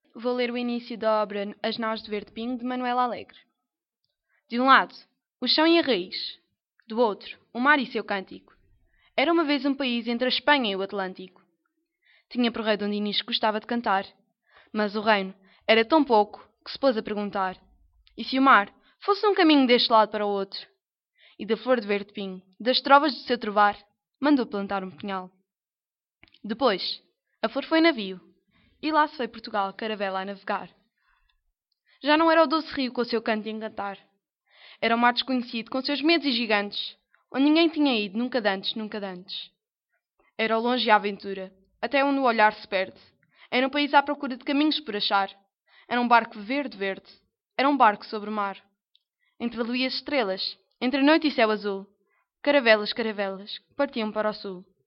Vou ler o início da obra As Naus de Verde Pingo, de Manuel Alegre. De um lado, o chão e a raiz. Do outro, o mar e seu cântico. Era uma vez um país entre a Espanha e o Atlântico. Tinha por rei Dom Dinis que gostava de cantar. Mas o reino era tão pouco que se pôs a perguntar: e se o mar fosse um caminho deste lado para o outro? E da flor de verde pinho, das trovas do seu trovar, mandou plantar um pinhal. Depois, a flor foi navio, e lá se foi Portugal, caravela a navegar. Já não era o doce rio com o seu canto de encantar. Era o mar desconhecido com seus medos e gigantes, onde ninguém tinha ido nunca dantes, nunca dantes. Era o longe a aventura, até onde o olhar se perde. Era um país à procura de caminhos por achar. Era um barco verde, verde. Era um barco sobre o mar. Entre a lua e as estrelas, entre a noite e céu azul, caravelas, caravelas, partiam para o sul.